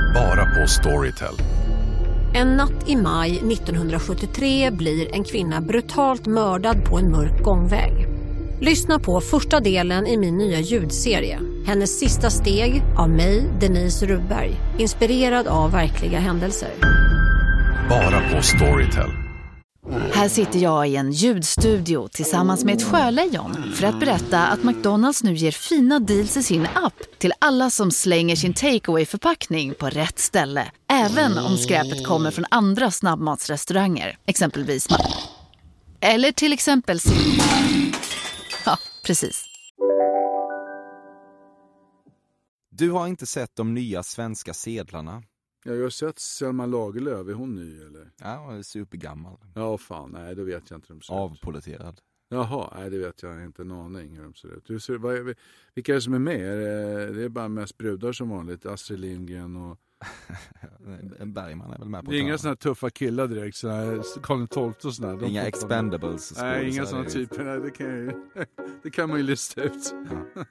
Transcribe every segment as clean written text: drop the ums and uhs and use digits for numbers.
Bara på Storytel. En natt i maj 1973 blir en kvinna brutalt mördad på en mörk gångväg. Lyssna på första delen i min nya ljudserie. Hennes sista steg av mig, Denise Rubberg. Inspirerad av verkliga händelser. Bara på Storytel. Här sitter jag i en ljudstudio tillsammans med ett sjölejon för att berätta att McDonald's nu ger fina deals i sin app till alla som slänger sin takeaway-förpackning på rätt ställe. Även om skräpet kommer från andra snabbmatsrestauranger, exempelvis. Eller till exempel... Ja, precis. Du har inte sett de nya svenska sedlarna? Jag har sett Selma Lagerlöf, är hon ny eller? Ja, hon är supergammal. Ja, fan, nej, det vet jag inte hur de ser ut. Avpoliterad. Jaha, nej, det vet jag inte en aning hur de ser ut. Vilka är det som är med? Det är bara mest brudar som vanligt. Astrid Lindgren och... En Bergman är väl med på. Det är inga sådana tvuffa killar direkt, sådana Karl XII och sådana. Inga Expendables. Nej, inga sådana typer. Nej, det kan man ju lista ut. Ja.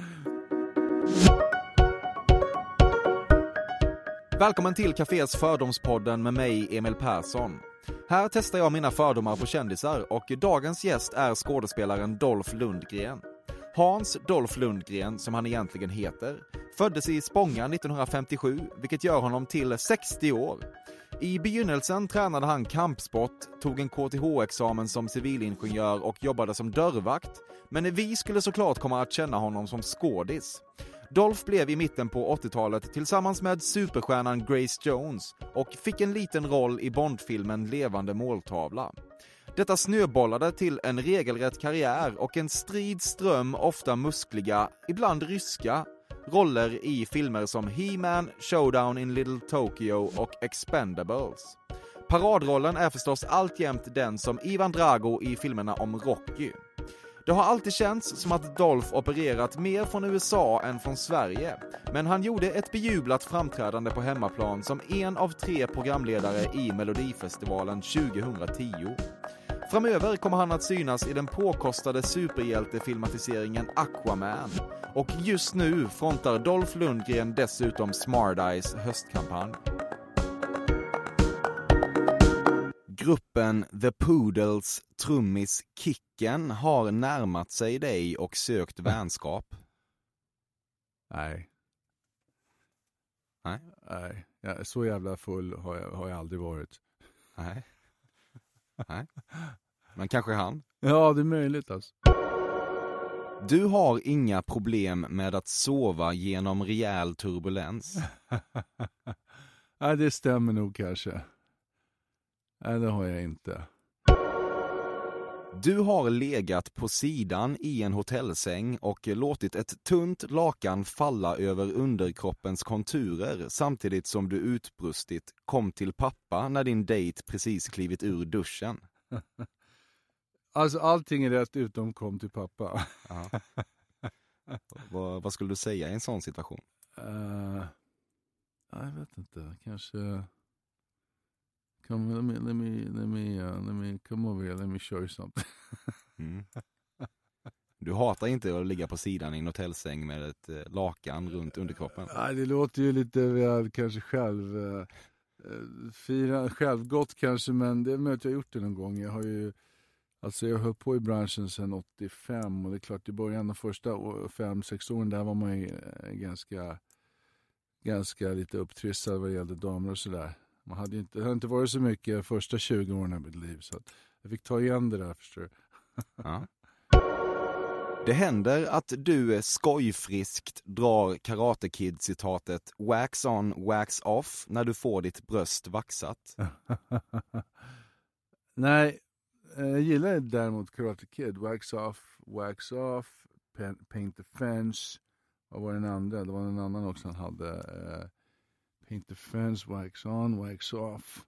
Välkommen till Cafés Fördomspodden med mig, Emil Persson. Här testar jag mina fördomar på kändisar och dagens gäst är skådespelaren Dolph Lundgren. Hans Dolph Lundgren, som han egentligen heter, föddes i Spånga 1957, vilket gör honom till 60 år. I begynnelsen tränade han kampsport, tog en KTH-examen som civilingenjör och jobbade som dörrvakt. Men vi skulle såklart komma att känna honom som skådis. Dolph blev i mitten på 80-talet tillsammans med superstjärnan Grace Jones och fick en liten roll i Bondfilmen Levande måltavla. Detta snöbollade till en regelrätt karriär och en strid ström ofta muskliga, ibland ryska, roller i filmer som He-Man, Showdown in Little Tokyo och Expendables. Paradrollen är förstås alltjämt den som Ivan Drago i filmerna om Rocky. Det har alltid känts som att Dolph opererat mer från USA än från Sverige, men han gjorde ett bejublat framträdande på hemmaplan som en av 3 programledare i Melodifestivalen 2010. Framöver kommer han att synas i den påkostade superhjältefilmatiseringen Aquaman, och just nu frontar Dolph Lundgren dessutom Smart Eyes höstkampanj. Gruppen The Poodles trummis Kicken har närmat sig dig och sökt vänskap. Nej. Nej. Nej. Ja, så jävla full har jag aldrig varit. Nej. Nej. Men kanske han. Ja, det är möjligt alltså. Du har inga problem med att sova genom rejäl turbulens. Nej, det stämmer nog kanske. Nej, det har jag inte. Du har legat på sidan i en hotellsäng och låtit ett tunt lakan falla över underkroppens konturer samtidigt som du utbrustit "kom till pappa" när din dejt precis klivit ur duschen. Alltså allting är rätt utom "kom till pappa". Ja. Vad skulle du säga i en sån situation? Jag vet inte, kanske... Come over here, let me show you something. Mm. Du hatar inte att ligga på sidan i en hotellsäng med ett lakan runt underkroppen? Nej, det låter ju lite väl kanske självgott kanske, men det är möjligt jag har gjort det någon gång. Jag har hört på i branschen sedan 85, och det är klart i början de första 5-6 åren där var man ju ganska lite upptrissad vad det gällde damer och sådär. Det hade inte varit så mycket första 20 åren av mitt liv, så att jag fick ta igen det där, förstår du. Ja. Det händer att du skojfriskt drar Karate Kid-citatet "wax on, wax off" när du får ditt bröst vaxat. Nej, jag gillar däremot Karate Kid. Wax off, paint the fence. Vad var den andra? Det var en annan också han hade... Paint the fence, wax on, wax off.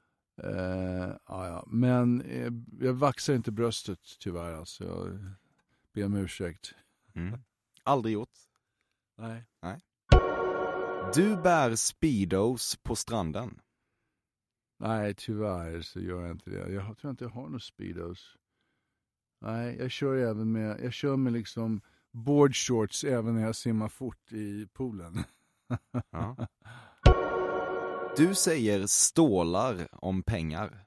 Ja. Men jag vaxar inte bröstet tyvärr. Alltså. Jag ber om ursäkt. Mm. Aldrig gjort? Nej. Du bär speedos på stranden? Nej, tyvärr så gör jag inte det. Jag tror inte jag har några speedos. Nej, jag kör med liksom board shorts även när jag simmar fort i poolen. Ja. Du säger stålar om pengar.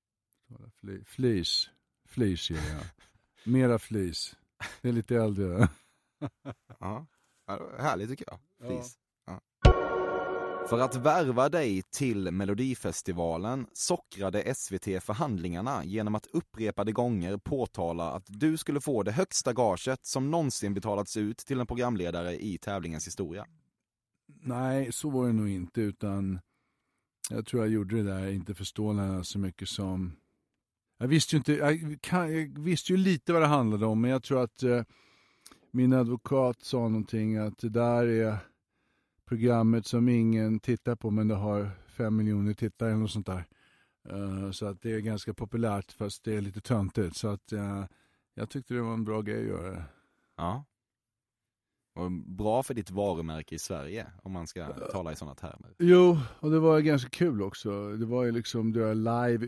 Flis gillar jag. Mera flis. Det är lite äldre. Ja, härligt tycker jag. Flis. Ja. För att värva dig till Melodifestivalen sockrade SVT förhandlingarna genom att upprepade gånger påtala att du skulle få det högsta gaget som någonsin betalats ut till en programledare i tävlingens historia. Nej, så var det nog inte, utan jag tror jag gjorde det där inte för stålarna så mycket som... Jag visste ju lite vad det handlade om, men jag tror att min advokat sa någonting att det där är programmet som ingen tittar på, men det har 5 miljoner tittare eller något sånt där. Så att det är ganska populärt, fast det är lite töntigt. Så att jag tyckte det var en bra grej att göra det. Ja. Och bra för ditt varumärke i Sverige, om man ska tala i sådana termer. Jo, och det var ganska kul också. Det var ju liksom du är live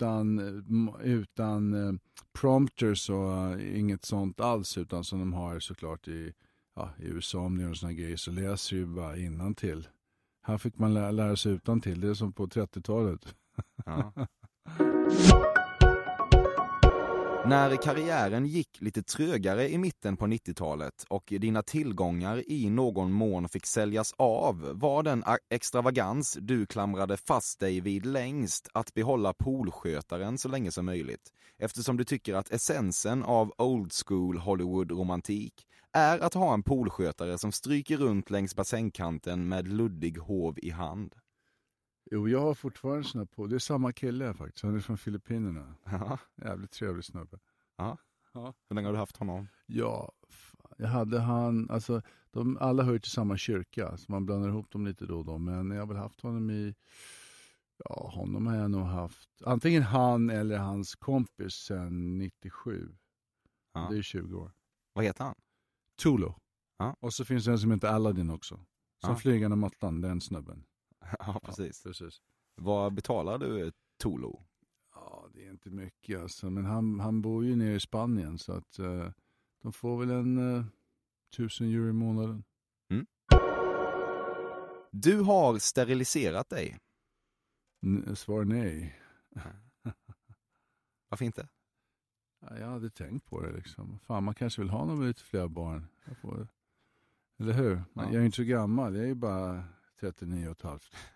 utan prompters och inget sånt alls, utan som de har såklart i USA om ni gör såna grejer, så läser ju bara innantill. Här fick man lära sig utantill. Det är som på 30-talet. Ja. När karriären gick lite trögare i mitten på 90-talet och dina tillgångar i någon mån fick säljas av, var den extravagans du klamrade fast dig vid längst att behålla poolskötaren så länge som möjligt, eftersom du tycker att essensen av old school Hollywood-romantik är att ha en poolskötare som stryker runt längs bassängkanten med luddig hov i hand. Jo, jag har fortfarande såna på. Det är samma kille faktiskt. Han är från Filippinerna. Ja. Jävligt trevlig snubbe. Ja. Hur länge har du haft honom? Ja, jag hade han... Alltså, alla hör till samma kyrka, så man blandar ihop dem lite då och då. Men jag har väl haft honom i... Ja, honom har jag nog haft... Antingen han eller hans kompis sedan 97. Ja. Det är 20 år. Vad heter han? Tulu. Ja. Och så finns det en som heter Aladdin också. Som flygande mattan, den snubben. Ja, precis. Ja, precis. Vad betalar du Tulu? Ja, det är inte mycket alltså. Men han bor ju nere i Spanien, så att de får väl en 1000 euro i månaden. Mm. Du har steriliserat dig. Svar nej. Varför inte? Ja, jag hade tänkt på det liksom. Fan, man kanske vill ha någon med lite fler barn. Eller hur? Ja. Jag är inte så gammal, jag är ju bara 39,5.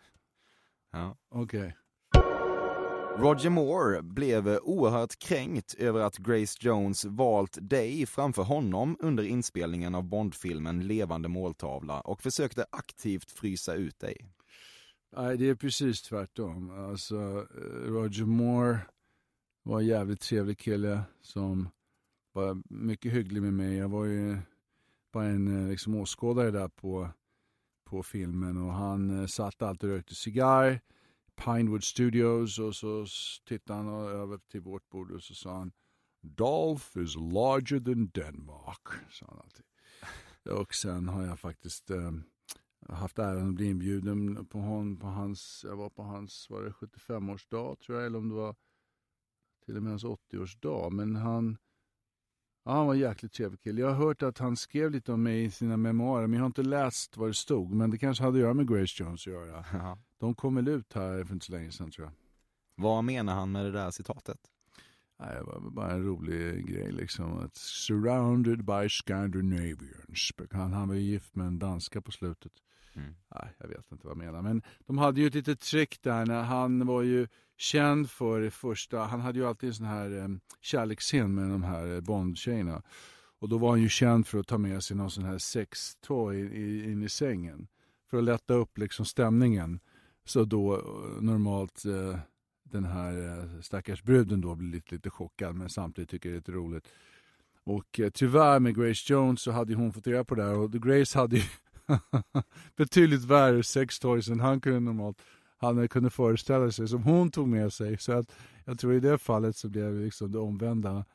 Ja. Okej. Roger Moore blev oerhört kränkt över att Grace Jones valt dig framför honom under inspelningen av Bondfilmen Levande måltavla och försökte aktivt frysa ut dig. Nej, det är precis tvärtom. Alltså, Roger Moore var en jävligt trevlig kille som var mycket hygglig med mig. Jag var ju bara en liksom åskådare där på filmen, och han satt alltid och rökte cigarr, Pinewood Studios, och så tittade han över till vårt bord och så sa han, Dolph is larger than Denmark, sa han alltid. Och sen har jag faktiskt haft äran att bli inbjuden på hans, jag var på hans, var det 75-årsdag tror jag, eller om det var till och med hans 80-årsdag, men han var en jäkligt trevlig kille. Jag har hört att han skrev lite om mig i sina memoarer, men jag har inte läst vad det stod. Men det kanske hade att göra med Grace Jones att göra. Ja. De kom väl ut här för inte så länge sedan, tror jag. Vad menar han med det där citatet? Nej, det var bara en rolig grej liksom. Att surrounded by Scandinavians. Han var ju gift med en danska på slutet. Mm. Nej, jag vet inte vad jag menar. Men de hade ju ett litet trick där när han var ju känd för det första. Han hade ju alltid en sån här kärleksscen med de här Bond-tjejerna. Och då var han ju känd för att ta med sig någon sån här sextoy in i sängen. För att lätta upp liksom stämningen. Så då normalt den här stackars bruden då blir lite chockad, men samtidigt tycker det är lite roligt. Och tyvärr med Grace Jones så hade hon fått reda på det här. Och Grace hade ju betydligt värre sextoys än han kunde föreställa sig, som hon tog med sig. Så att jag tror i det fallet så blev det liksom det omvända.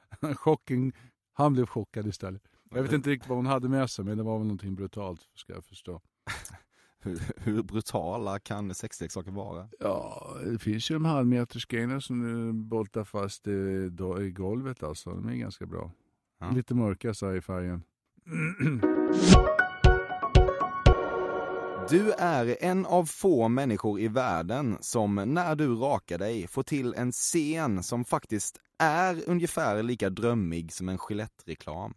Han blev chockad istället. Jag vet inte riktigt vad hon hade med sig, men det var väl någonting brutalt, ska jag förstå. Hur brutala kan sexleksaker vara? Ja, det finns ju de halvmetersgrejerna som du boltar fast i golvet alltså. De är ganska bra. Ja. Lite mörka så här i färgen. Du är en av få människor i världen som när du rakar dig får till en scen som faktiskt är ungefär lika drömmig som en Gillette-reklam.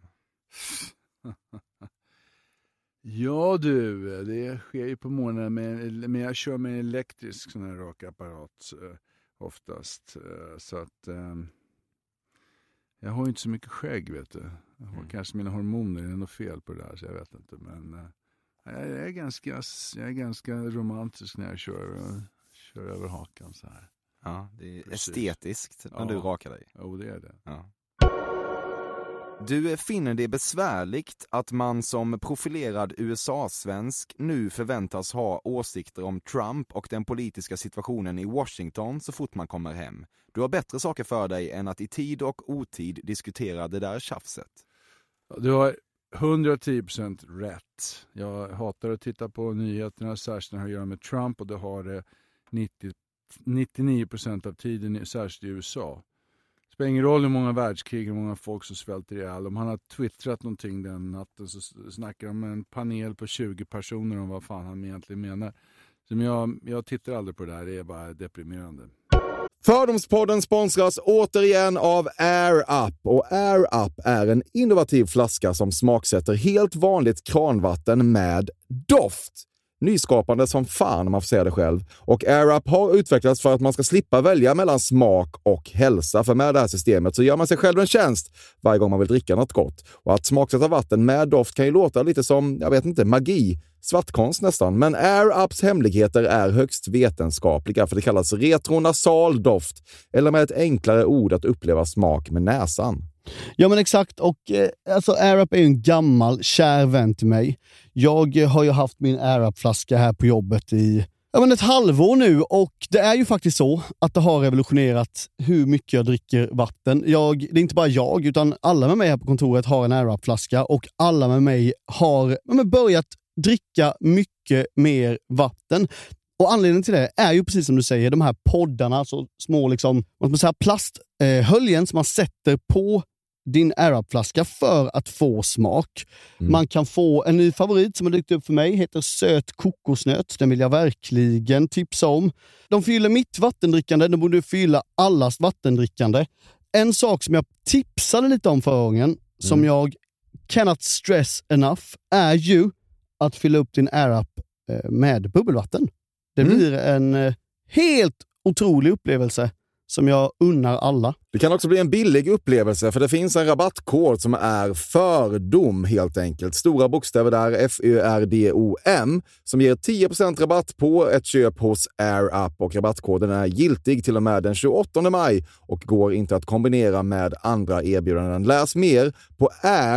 Ja du, det sker ju på morgonen, men jag kör med en elektrisk sån här rakapparat oftast. Så att jag har ju inte så mycket skägg, vet du. Jag har kanske mina hormoner, det är något fel på det där, så jag vet inte. Men jag är ganska romantisk när jag kör över hakan så här. Ja, det är Precis. Estetiskt när du rakar dig. Jo, det är det. Ja. Du finner det besvärligt att man som profilerad USA-svensk nu förväntas ha åsikter om Trump och den politiska situationen i Washington så fort man kommer hem. Du har bättre saker för dig än att i tid och otid diskutera det där tjafset. Du har 110% rätt. Jag hatar att titta på nyheterna, särskilt när det har att göra med Trump, och det har det 99% av tiden, särskilt i USA. Det spelar ingen roll hur många världskrig och hur många folk som svälter ihjäl. Om han har twittrat någonting den natten så snackar de om en panel på 20 personer om vad fan han egentligen menar. Så jag tittar aldrig på det här, det är bara deprimerande. Fördomspodden sponsras återigen av Air Up, och Air Up är en innovativ flaska som smaksätter helt vanligt kranvatten med doft. Nyskapande som fan om man får säga det själv. Och Air Up har utvecklats för att man ska slippa välja mellan smak och hälsa. För med det här systemet så gör man sig själv en tjänst varje gång man vill dricka något gott. Och att smaksätta vatten med doft kan ju låta lite som, jag vet inte, magi. Svartkonst nästan. Men Air Ups hemligheter är högst vetenskapliga, för det kallas retronasal doft. Eller med ett enklare ord att uppleva smak med näsan. Ja men exakt, och alltså Air Up är ju en gammal kär vän till mig. Jag har ju haft min Air Up-flaska här på jobbet i ett halvår nu, och det är ju faktiskt så att det har revolutionerat hur mycket jag dricker vatten. Det är inte bara jag, utan alla med mig här på kontoret har en Air Up-flaska, och alla med mig har börjat dricka mycket mer vatten. Och anledningen till det är ju precis som du säger, de här poddarna, alltså små plasthöljen som man sätter på din Air Up-flaska för att få smak. Man kan få en ny favorit som har dykt upp för mig, heter söt kokosnöt. Den vill jag verkligen tipsa om. De fyller mitt vattendrickande, de borde fylla allas vattendrickande. En sak som jag tipsade lite om förra gången, som jag cannot stress enough, är ju att fylla upp din Air Up med bubbelvatten. Det blir en helt otrolig upplevelse som jag unnar alla. Det kan också bli en billig upplevelse, för det finns en rabattkod som är fördom helt enkelt. Stora bokstäver där, FÖRDOM, som ger 10% rabatt på ett köp hos Air Up, och rabattkoden är giltig till och med den 28 maj och går inte att kombinera med andra erbjudanden. Läs mer på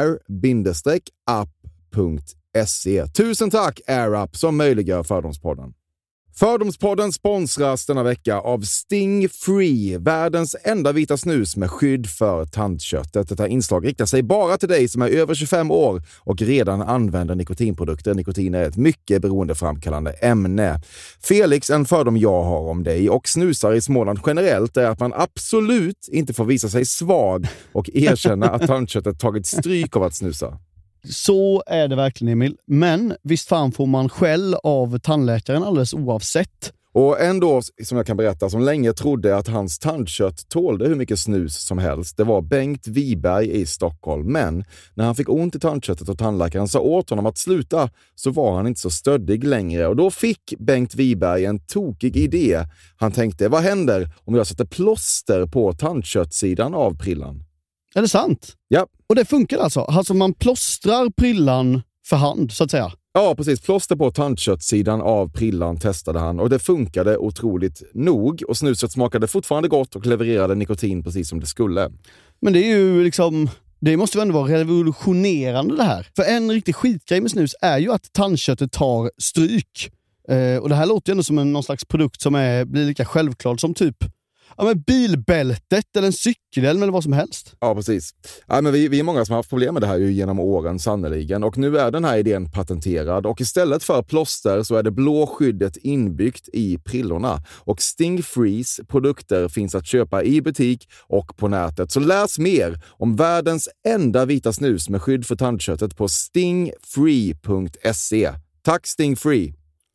air-up.se. Tusen tack Air Up som möjliggör Fördomspodden. Fördomspodden sponsras denna vecka av Sting Free, världens enda vita snus med skydd för tandköttet. Detta inslag riktar sig bara till dig som är över 25 år och redan använder nikotinprodukter. Nikotin är ett mycket beroendeframkallande ämne. Felix, en fördom jag har om dig och snusar i Småland generellt är att man absolut inte får visa sig svag och erkänna att tandköttet tagit stryk av att snusa. Så är det verkligen, Emil. Men visst fan får man skäll av tandläkaren alldeles oavsett. Och ändå, som jag kan berätta, som länge trodde att hans tandkött tålde hur mycket snus som helst. Det var Bengt Wiberg i Stockholm. Men när han fick ont i tandköttet och tandläkaren sa åt honom att sluta, så var han inte så stöddig längre. Och då fick Bengt Wiberg en tokig idé. Han tänkte, vad händer om jag sätter plåster på tandköttsidan av prillan? Är det sant? Ja. Och det funkar alltså? Alltså man plåstrar prillan för hand, så att säga? Ja, precis. Plåster på tandköttsidan av prillan testade han och det funkade otroligt nog. Och snuset smakade fortfarande gott och levererade nikotin precis som det skulle. Men det är ju liksom... Det måste ju ändå vara revolutionerande det här. För en riktig skitgrej med snus är ju att tandköttet tar stryk. Och det här låter ju ändå som någon slags produkt som blir lika självklart som typ bilbältet eller en cykelhjälm eller vad som helst. Ja, precis. Ja, men vi är många som har haft problem med det här ju genom åren sannoliken. Och nu är den här idén patenterad. Och istället för plåster så är det blå skyddet inbyggt i prillorna. Och Sting Frees produkter finns att köpa i butik och på nätet. Så läs mer om världens enda vita snus med skydd för tandköttet på stingfree.se. Tack Sting Free!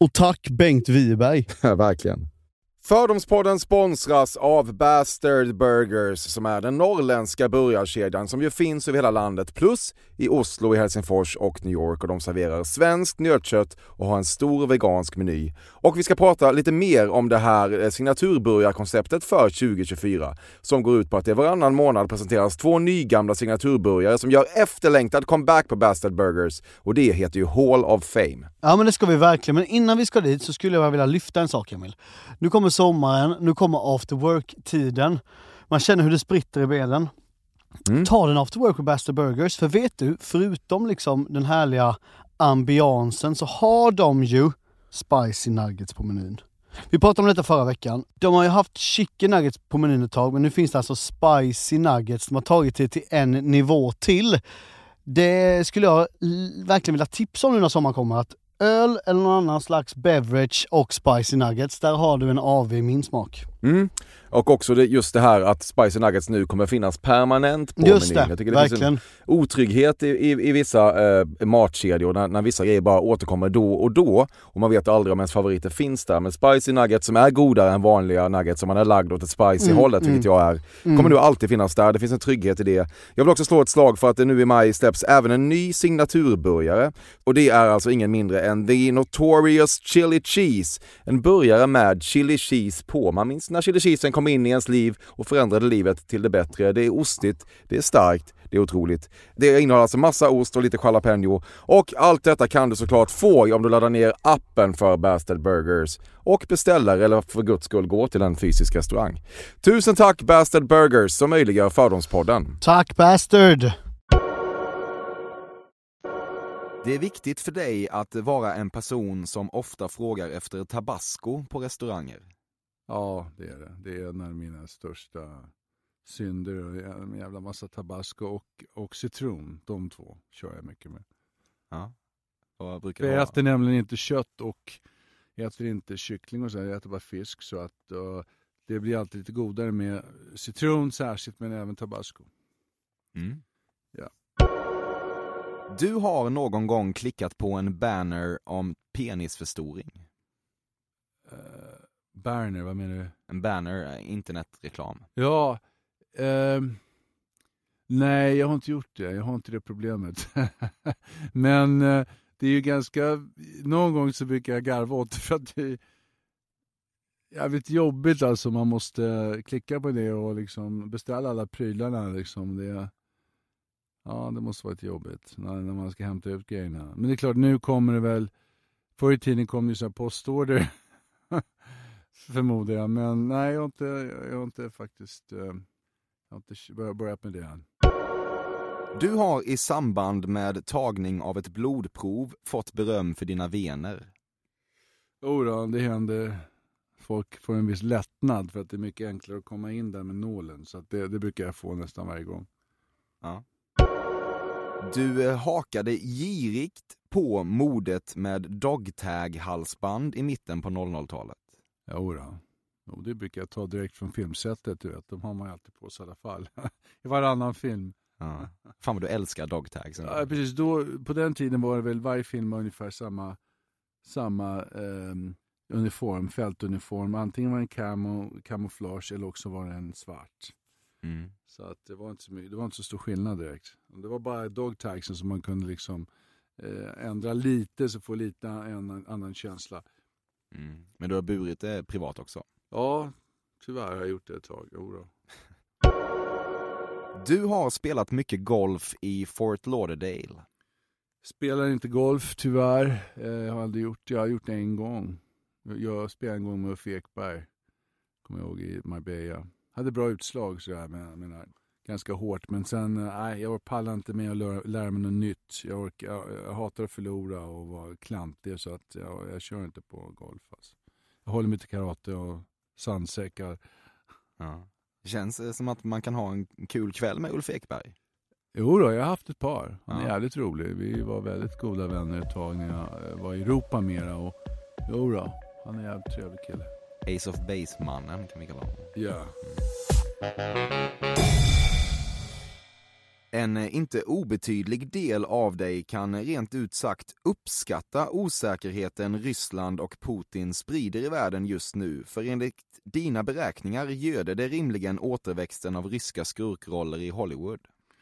Och tack Bengt Wiberg. Ja, verkligen. Fördomspodden sponsras av Bastard Burgers som är den norrländska burgarkedjan som ju finns över hela landet plus i Oslo, i Helsingfors och New York, och de serverar svenskt nötkött och har en stor vegansk meny. Och vi ska prata lite mer om det här signaturburgarkonceptet för 2024 som går ut på att det varannan månad presenteras 2 nygamla signaturburgare som gör efterlängtad comeback på Bastard Burgers, och det heter ju Hall of Fame. Ja, men det ska vi verkligen. Men innan vi ska dit så skulle jag vilja lyfta en sak, Emil. Nu kommer sommaren, nu kommer after work-tiden. Man känner hur det spritter i benen. Ta den after work på Bastard Burgers. För vet du, förutom liksom den härliga ambiansen så har de ju spicy nuggets på menyn. Vi pratade om detta förra veckan. De har ju haft chicken nuggets på menyn ett tag, men nu finns det alltså spicy nuggets. De har tagit det till en nivå till. Det skulle jag verkligen vilja tipsa om nu när sommaren kommer, att öl eller någon annan slags beverage och spicy nuggets, där har du en AV i min smak. Och också just det här att spicy nuggets nu kommer finnas permanent på menyn. Jag tycker det verkligen finns en otrygghet i vissa matkedjor när vissa grejer bara återkommer då och man vet aldrig om ens favoriter finns där. Men spicy nuggets som är godare än vanliga nuggets som man är lagd åt ett spicy hållet, vilket jag är, kommer nu alltid finnas där. Det finns en trygghet i det. Jag vill också slå ett slag för att det nu i maj släpps även en ny signaturburgare, och det är alltså ingen mindre än The Notorious Chili Cheese. En burgare med chili cheese på. Man minns när chili cheesen kom in i ens liv och förändrade livet till det bättre. Det är ostigt, det är starkt, det är otroligt. Det innehåller alltså massa ost och lite jalapeno. Och allt detta kan du såklart få om du laddar ner appen för Bastard Burgers och beställer, eller för guds skull gå till en fysisk restaurang. Tusen tack Bastard Burgers som möjliggör Fördomspodden. Tack Bastard! Det är viktigt för dig att vara en person som ofta frågar efter tabasco på restauranger. Ja, det är det. Det är en av mina största synder. En jävla massa tabasco och citron. De två kör jag mycket med. Ja. Vad brukar jag äter nämligen inte kött och jag äter inte kyckling och så. Jag äter bara fisk, så att det blir alltid lite godare med citron särskilt, men även tabasco. Ja. Du har någon gång klickat på en banner om penisförstoring. Banner, vad menar du? En banner, internetreklam. Ja, nej, jag har inte gjort det. Jag har inte det problemet. Men det är ju ganska... Någon gång så brukar jag garva åt det för att det är jävligt jobbigt. Alltså man måste klicka på det och liksom beställa alla prylarna. Liksom. Det måste vara ett jobbigt när man ska hämta ut grejerna. Men det är klart, nu kommer det väl... Förr i tiden kom det så här postorder. Förmodar jag. Men nej, jag har inte faktiskt... Jag har inte börjat med det än. Du har i samband med tagning av ett blodprov fått beröm för dina vener. Då, det händer. Folk får en viss lättnad för att det är mycket enklare att komma in där med nålen. Så att det brukar jag få nästan varje gång. Ja. Du hakade girigt på modet med dogtag-halsband i mitten på 00-talet. Jo, det brukar jag ta direkt från filmsättet, du vet. De har man ju alltid på sig i alla fall. I varannan film. Ja. Fan vad du älskar dogtags. Ja, precis. Då, på den tiden var det väl varje film var ungefär samma uniform, fältuniform. Antingen var det en kamouflage eller också var det en svart. Så att det var inte så stor skillnad direkt. Det var bara dogtagsen som man kunde liksom ändra lite, så få lite en annan känsla. Men du har burit det privat också? Ja, tyvärr har jag gjort det ett tag. Jo. Du har spelat mycket golf i Fort Lauderdale. Spelar inte golf tyvärr. Jag har aldrig gjort det. Jag har gjort det en gång. Jag spelade en gång med Uffe Ekberg. Kommer jag ihåg, i Marbella. Hade bra utslag sådär, men ganska hårt. Men sen, jag pallade inte med att lära mig något nytt. Jag hatar att förlora och vara klantig, så att jag kör inte på golf. Alltså. Jag håller mig till karate och sandsäckar. Ja. Det känns som att man kan ha en kul kväll med Ulf Ekberg. Jo då, jag har haft ett par. Han är jävligt rolig. Vi var väldigt goda vänner ett tag när jag var i Europa mera. Och jo då, han är en jävligt trevlig kille. Ace of Base-mannen kan vi kalla honom. Ja. En inte obetydlig del av dig kan rent ut sagt uppskatta osäkerheten Ryssland och Putin sprider i världen just nu, för enligt dina beräkningar göder det rimligen återväxten av ryska skurkroller i Hollywood.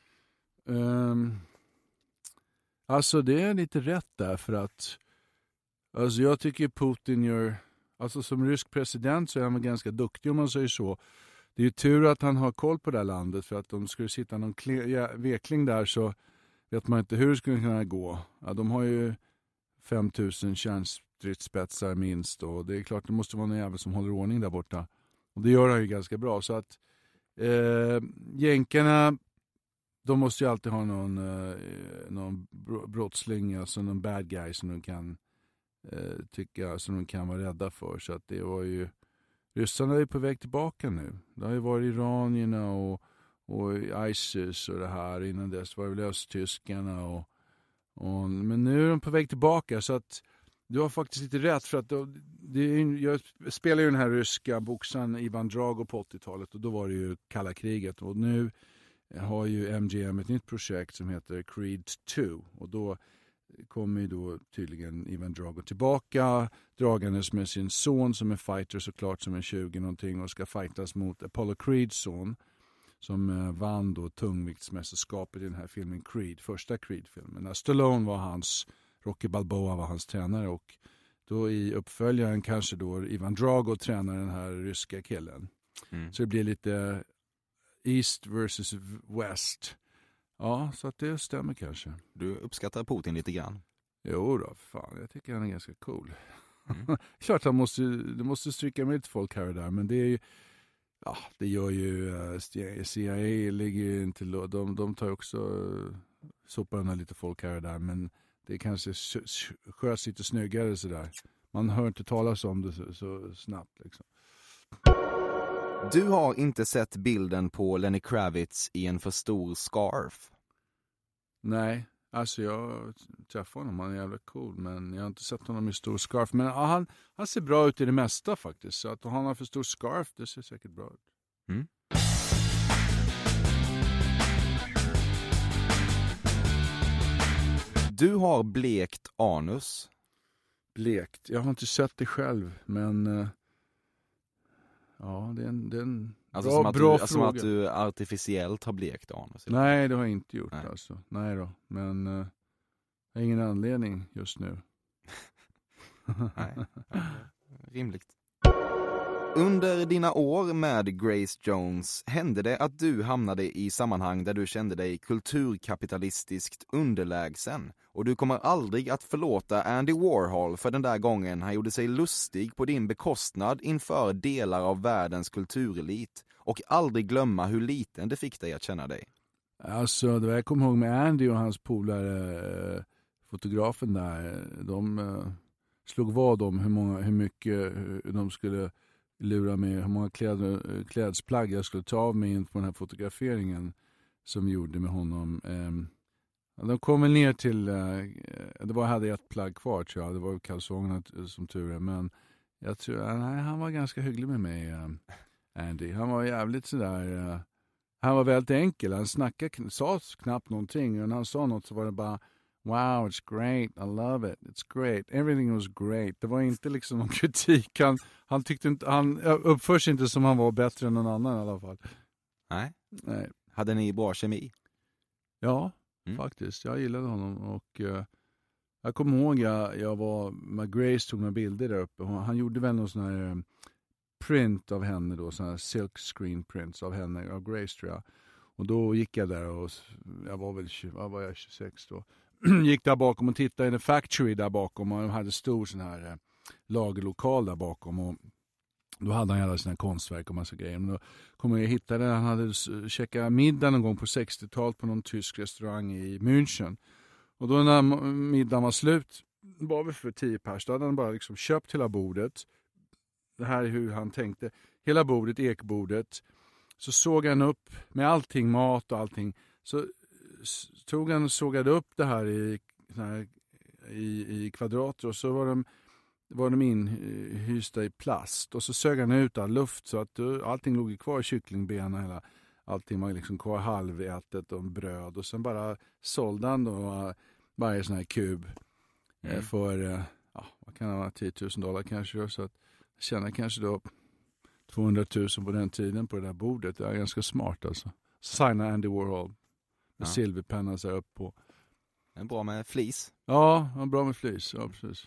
Alltså det är lite rätt där, för att alltså jag tycker Putin gör, alltså som rysk president så är han ganska duktig om man säger så. Det är ju tur att han har koll på det här landet, för att om det skulle sitta någon vekling där så vet man inte hur det skulle kunna gå. Ja, de har ju 5000 kärnstridsspetsar minst, och det är klart det måste vara någon jävel som håller ordning där borta. Och det gör han ju ganska bra, så att jänkarna, de måste ju alltid ha någon brottsling, alltså någon bad guy som de kan tycka, som de kan vara rädda för. Så att det var ju, ryssarna är ju på väg tillbaka nu. Det har ju varit iranierna och ISIS och det här. Innan dess var det väl östtyskarna men nu är de på väg tillbaka, så att du har faktiskt lite rätt, för att jag spelar ju den här ryska boxaren Ivan Drago på 80-talet, och då var det ju kalla kriget, och nu har ju MGM ett nytt projekt som heter Creed 2, och då kommer ju då tydligen Ivan Drago tillbaka dragandes med sin son som är fighter såklart, som är 20 någonting, och ska fightas mot Apollo Creeds son som vann då tungviktsmästerskapet i den här filmen Creed, första Creed-filmen. När Stallone var hans, Rocky Balboa var hans tränare, och då i uppföljaren kanske då Ivan Drago tränar den här ryska killen. Så det blir lite East versus West. Ja, så att det stämmer kanske. Du uppskattar Putin lite grann? Jo då, fan. Jag tycker han är ganska cool. Klart han måste stryka med lite folk här och där, men det är ju, ja, det gör ju CIA ligger inte, de tar också sopar lite folk här och där, men det är kanske sköts lite snyggare sådär. Man hör inte talas om det så snabbt liksom. Du har inte sett bilden på Lenny Kravitz i en för stor scarf? Nej, alltså jag träffade honom, han är jävligt cool, men jag har inte sett honom i stor scarf. Men ja, han ser bra ut i det mesta faktiskt, så att han har för stor scarf, det ser säkert bra ut. Du har blekt anus. Blekt? Jag har inte sett det själv, men ja, det är en alltså bra fråga. Som att du artificiellt har blekt anus? Eller? Nej, det har jag inte gjort. Nej. Alltså. Nej då, men jag har ingen anledning just nu. Nej, rimligt. Under dina år med Grace Jones hände det att du hamnade i sammanhang där du kände dig kulturkapitalistiskt underlägsen, och du kommer aldrig att förlåta Andy Warhol för den där gången han gjorde sig lustig på din bekostnad inför delar av världens kulturelit, och aldrig glömma hur liten det fick dig att känna dig. Alltså, det var jag kommer ihåg med Andy och hans polare, fotografen där, de slog vad om hur mycket de skulle lura med, hur många klädsplagg jag skulle ta av mig in på den här fotograferingen som vi gjorde med honom. De kom väl ner till, jag hade ett plagg kvar tror jag, det var kalsongerna som tur är, men jag tror, nej, han var ganska hygglig med mig, Andy. Han var jävligt sådär, han var väldigt enkel, han sa knappt någonting, och när han sa något så var det bara wow, it's great, I love it, it's great, everything was great. Det var inte liksom någon kritik, han tyckte inte, han uppför sig inte som han var bättre än någon annan i alla fall. Nej. Nej. Hade ni bra kemi? Ja, faktiskt, jag gillade honom, och jag kommer ihåg jag var med Grace, tog några bilder där uppe, han gjorde väl någon sån här print av henne då, sån här silk screen prints av henne, av Grace tror jag. Och då gick jag där, och jag var väl 26 då. Gick där bakom och tittade i en factory där bakom, och de hade stor sån här lagerlokal där bakom, och då hade han alla sina konstverk och massa grejer. Men då kom jag hittade, han hade checkat middag någon gång på 60-talet på någon tysk restaurang i München. Och då när middagen var slut, var vi för 10 pers, då hade han bara liksom köpt hela bordet. Det här är hur han tänkte. Hela bordet, ekbordet. Så såg han upp med allting, mat och allting. Så tog han och sågade upp det här i kvadrater, och så var de inhysta i plast, och så sög han ut all luft så att allting låg kvar i kycklingbenen hela. allting var liksom kvar halvätet och bröd. Och sen bara sålde han då varje sån här kub för, vad kan det vara, $10,000 kanske. Så att jag tjänar kanske då 200 000 på den tiden på det där bordet. Det är ganska smart alltså. Signa Andy Warhol med silverpenna så här upp på. En bra med flis. Ja, bra med flis. Ja, precis.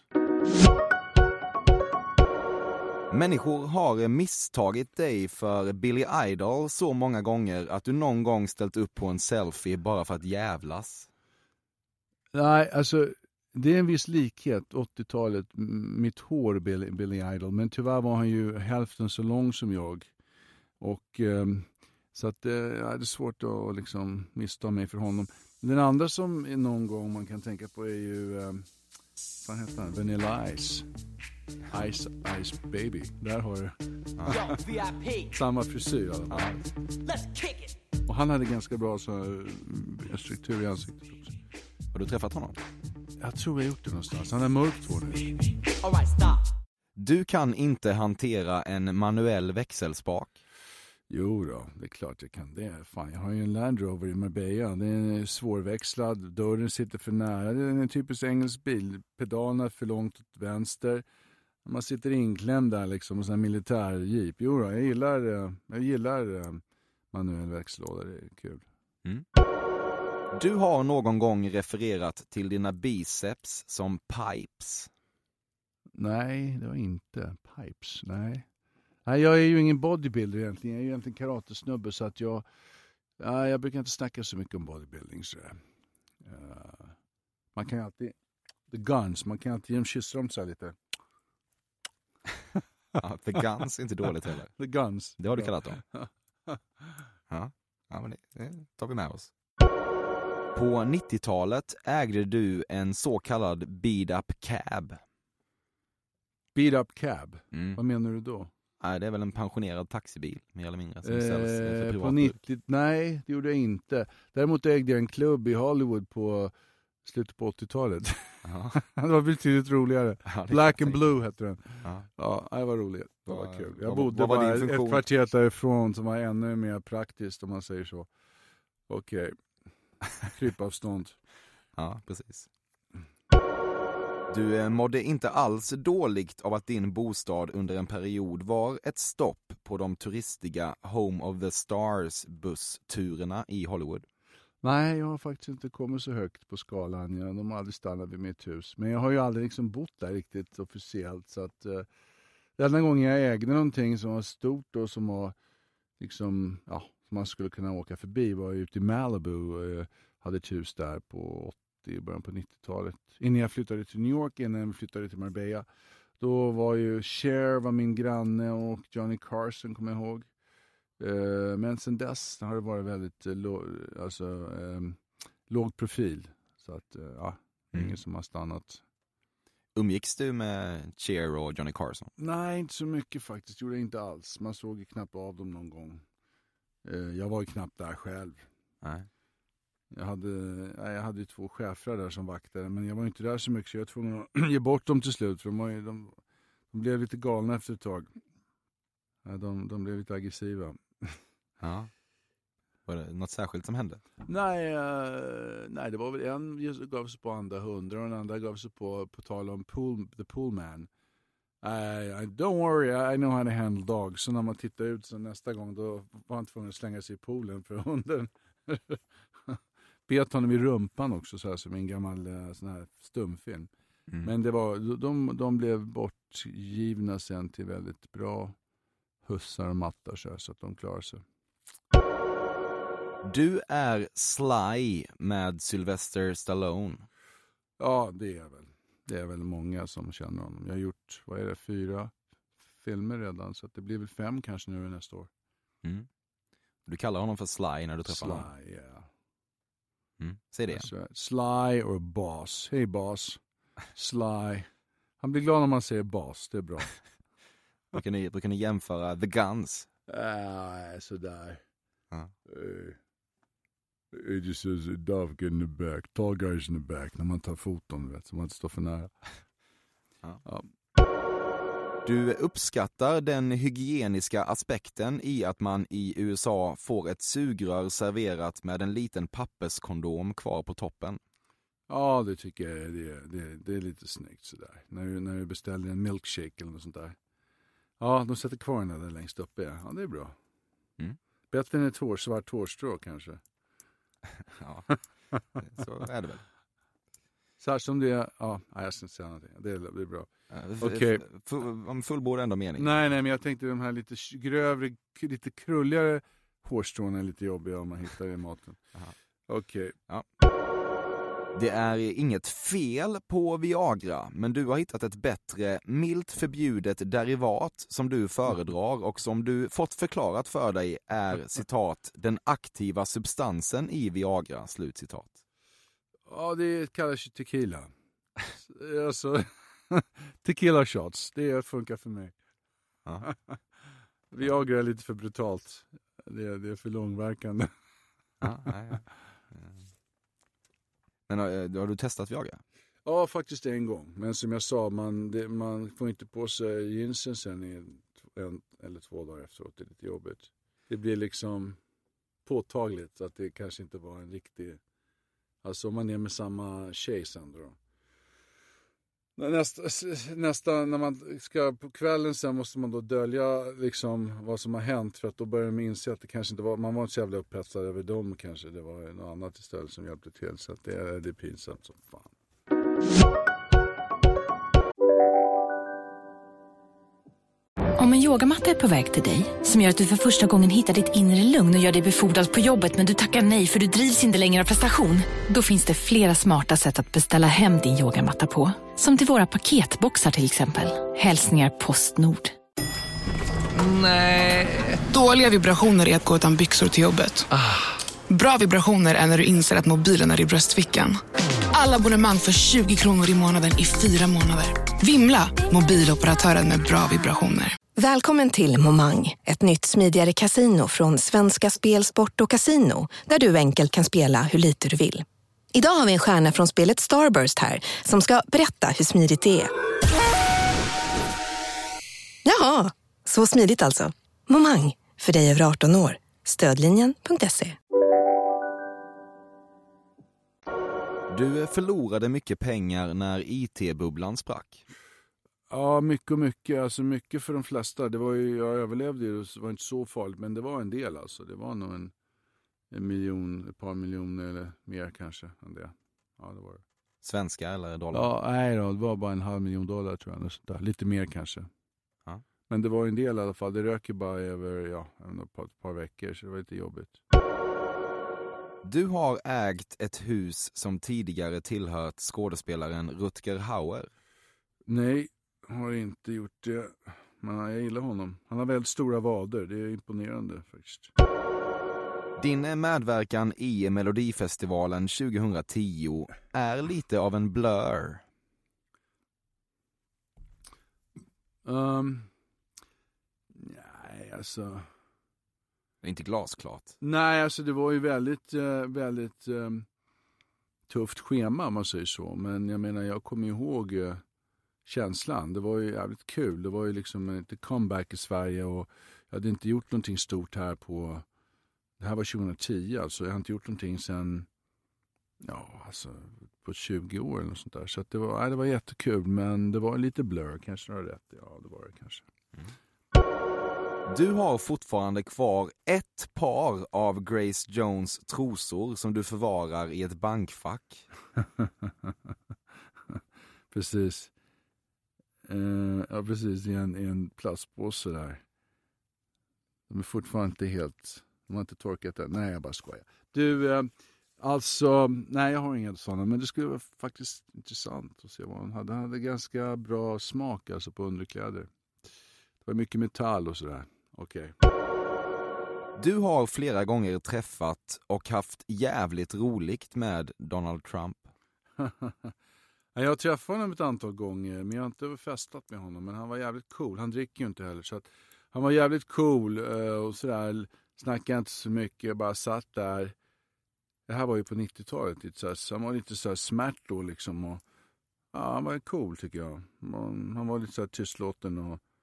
Människor har misstagit dig för Billy Idol så många gånger att du någon gång ställt upp på en selfie bara för att jävlas. Nej, alltså det är en viss likhet, 80-talet, mitt hår Billy Idol. Men tyvärr var han ju hälften så lång som jag. Och så att det är svårt att liksom missta mig för honom. Den andra som någon gång man kan tänka på är ju, vad heter han? Vanilla Ice. Ice Baby. Där har du samma frisyr i alla fall. Och han hade ganska bra så struktur i ansiktet också. Har du träffat honom? Jag tror jag gjort det någonstans. Han är mörkt hår nu. Du kan inte hantera en manuell växelspak. Jo då, det är klart jag kan det. Fan, jag har ju en Land Rover i Marbella. Den är svårväxlad. Dörren sitter för nära. Det är en typisk engelsk bil. Pedalerna för långt åt vänster. Man sitter inklämd där liksom. Och sån här militärjeep. Jo då, jag gillar manuell växellåda. Det är kul. Mm. Du har någon gång refererat till dina biceps som pipes. Nej, det var inte pipes. Nej, jag är ju ingen bodybuilder egentligen. Jag är ju egentligen karatesnubbe så att jag brukar inte snacka så mycket om bodybuilding. Så man kan ju alltid, the guns, man kan alltid kyssa dem så här lite. Ja, the guns är inte dåligt heller. The guns. Det har du kallat dem. Ja, men det tar vi med oss. På 90-talet ägde du en så kallad beat-up cab. Beat-up cab? Mm. Vad menar du då? Nej, det är väl en pensionerad taxibil, mer eller mindre, som säljs för privat på 90, nej, det gjorde jag inte. Däremot ägde jag en klubb i Hollywood på slutet på 80-talet. Det var betydligt roligare. Ja, Black and Blue hette den. Ja, det var roligt. Det var kul. Jag vad bodde var bara din funktion? ett kvarter därifrån som var ännu mer praktiskt om man säger så. Okej. Krypavstånd. Ja, precis. Du mådde inte alls dåligt av att din bostad under en period var ett stopp på de turistiga Home of the Stars bussturerna i Hollywood. Nej, jag har faktiskt inte kommit så högt på skalan. De har aldrig stannat vid mitt hus. Men jag har ju aldrig liksom bott där riktigt officiellt. Så att den gången jag ägde någonting som var stort och som var liksom, som man skulle kunna åka förbi var ute i Malibu. Hade ett hus där på i början på 90-talet. Innan jag flyttade till New York, innan jag flyttade till Marbella. Då var ju Cher var min granne och Johnny Carson kommer jag ihåg. Men sen dess har det varit väldigt låg profil. Så att ingen som har stannat. Umgicks du med Cher och Johnny Carson? Nej, inte så mycket faktiskt. Gjorde jag inte alls. Man såg ju knappt av dem någon gång. Jag var ju knappt där själv. Nej. Jag hade ju 2 chefer där som vaktade, men jag var inte där så mycket så jag var tvungen att ge bort dem till slut för de blev lite galna efter ett tag. Ja, de blev lite aggressiva. Ja. Var det något särskilt som hände? Nej, det var väl en gav sig på andra 100 och den andra gav sig på tal om the poolman. Don't worry, I know how to handle dogs. Så när man tittar ut så nästa gång då var han tvungen att slänga sig i poolen för hunden. Bet honom i rumpan också så här, som en gammal sån här stumfilm. Men det var de blev bortgivna sen till väldigt bra hussar och mattar så att de klarar sig. Du är Sly med Sylvester Stallone. Ja, det är väl många som känner honom. Jag har gjort, 4 filmer redan så att det blir väl 5 kanske nu nästa år. Mm. Du kallar honom för Sly när du träffar honom? Sly, ja. Säg det. Sly or boss. Hej boss. Sly. Han blir glad när man säger boss. Det är bra. Brukar ni jämföra The Guns? Sådär. It just says a dove in the back. Tall guys in the back. När man tar foton, vet, så man inte står för nära. Ja. Du uppskattar den hygieniska aspekten i att man i USA får ett sugrör serverat med en liten papperskondom kvar på toppen. Ja, det tycker jag det är lite snyggt sådär. När du beställer en milkshake eller något sånt där. Ja, de sätter kvar den där längst uppe. Ja, det är bra. Mm. Bättre än ett svart hårstrå kanske. Ja, så är det väl. Så här som det är, ja, jag ska inte säga någonting. Det är bra. Okej. Fullbord ändå mening. Nej, men jag tänkte de här lite grövre, lite krulligare hårstråna är lite jobbiga om man hittar det i maten. Okej. Ja. Det är inget fel på Viagra, men du har hittat ett bättre, milt förbjudet derivat som du föredrar och som du fått förklarat för dig är, citat, den aktiva substansen i Viagra, slutcitat. Ja, det kallas ju tequila. Alltså, tequila shots, det funkar för mig. Ja. Viagra är lite för brutalt. Det är för långverkande. Ja. Men har du testat Viagra? Ja, faktiskt en gång. Men som jag sa, man får inte på sig jeansen sen i 1 eller 2 dagar efteråt. Det är lite jobbigt. Det blir liksom påtagligt att det kanske inte var en riktig... Alltså om man är med samma tjej sen då. Nästa när man ska på kvällen sen måste man då dölja liksom vad som har hänt, för att då börjar man inse att det kanske inte var, man var inte så jävla upphetsad över dem kanske, det var något annat istället som hjälpte till, så att det är pinsamt som fan. Om en yogamatta är på väg till dig, som gör att du för första gången hittar ditt inre lugn och gör dig befordrad på jobbet, men du tackar nej för du drivs inte längre av prestation. Då finns det flera smarta sätt att beställa hem din yogamatta på. Som till våra paketboxar till exempel. Hälsningar Postnord. Nej. Dåliga vibrationer är att gå utan byxor till jobbet. Bra vibrationer är när du inser att mobilen är i bröstfickan. Alla abonnemang för 20 kronor i månaden i 4 månader. Vimla, mobiloperatören med bra vibrationer. Välkommen till Momang, ett nytt smidigare casino från Svenska Spel, Sport och Casino, där du enkelt kan spela hur lite du vill. Idag har vi en stjärna från spelet Starburst här som ska berätta hur smidigt det är. Jaha, så smidigt alltså. Momang, för dig över 18 år. Stödlinjen.se. Du förlorade mycket pengar när IT-bubblan sprack. Ja, mycket. Alltså mycket för de flesta. Det var ju, jag överlevde ju, det var inte så farligt, men det var en del alltså. Det var nog en miljon, ett par miljoner eller mer kanske än det. Ja, det var det. Svenska eller dollar? Ja, nej då, det var bara $500 000 tror jag. Sånt där. Lite mer kanske. Ja. Men det var en del i alla fall. Det rök ju bara över ett par veckor, så det var lite jobbigt. Du har ägt ett hus som tidigare tillhört skådespelaren Rutger Hauer. Nej, har inte gjort det. Men jag gillar honom. Han har väldigt stora vader. Det är imponerande faktiskt. Din medverkan i Melodifestivalen 2010 är lite av en blur. Nej, alltså... Det är inte glasklart. Nej, alltså det var ju väldigt tufft schema om man säger så. Men jag menar, jag kommer ihåg känslan. Det var ju jävligt kul. Det var ju liksom ett comeback i Sverige och jag hade inte gjort någonting stort här på... Det här var 2010, alltså jag har inte gjort någonting sedan på 20 år eller något sånt där. Så att det var jättekul, men det var lite blur, kanske du har rätt. Ja, det var det kanske. Mm. Du har fortfarande kvar ett par av Grace Jones trosor som du förvarar i ett bankfack. Precis. Precis, i en plastpåse där. De är fortfarande inte helt... De har inte torkat det. Nej, jag bara skojar. Du, nej, jag har inga sådana. Men det skulle vara faktiskt intressant att se vad hon hade. Han hade ganska bra smak alltså på underkläder. Det var mycket metall och sådär. Okej. Du har flera gånger träffat och haft jävligt roligt med Donald Trump. Jag har träffat honom ett antal gånger, men jag har inte festat med honom. Men han var jävligt cool. Han dricker ju inte heller, så att han var jävligt cool och sådär. Snackade inte så mycket, jag bara satt där. Det här var ju på 90-talet, så han var lite så här smärt då liksom. Och, ja, han var cool tycker jag. Han var lite så här tystlåten och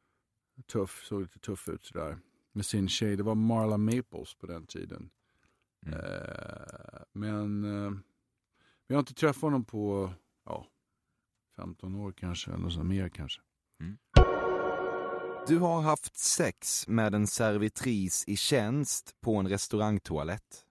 tuff, såg lite tuff ut sådär. Med sin tjej, det var Marla Maples på den tiden. Men vi har inte träffat honom på 15 år kanske, eller så mer kanske. Du har haft sex med en servitris i tjänst på en restaurangtoalett.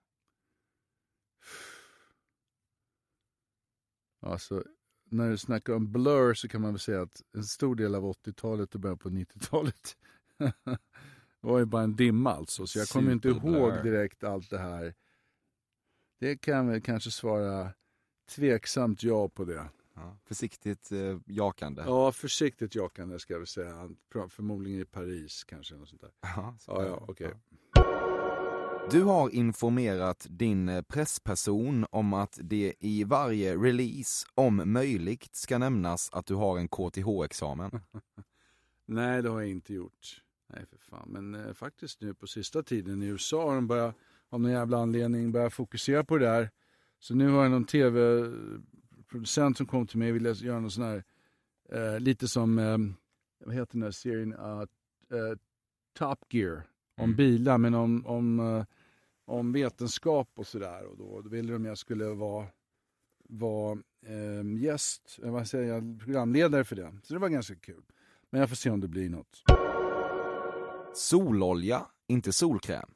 Alltså, när du snackar om Blur så kan man väl säga att en stor del av 80-talet och början på 90-talet var ju bara en dimma alltså. Så jag kommer inte ihåg direkt allt det här. Det kan väl kanske svara tveksamt ja på det. Ja, försiktigt jakande. Ja, försiktigt jakande ska jag väl säga. Förmodligen i Paris kanske. Något sånt där. Okej. Du har informerat din pressperson om att det i varje release om möjligt ska nämnas att du har en KTH-examen. Nej, det har jag inte gjort. Nej, för fan. Men faktiskt nu på sista tiden i USA har de börjat, av någon jävla anledning, börjat fokusera på det där. Så nu har jag någon tv-producent som kom till mig och ville göra någon sån här, lite som, vad heter den här serien? Top Gear. Om bilar, men om vetenskap och sådär. Och då ville de att jag skulle vara gäst, programledare för det. Så det var ganska kul. Men jag får se om det blir något. Sololja, inte solkräm.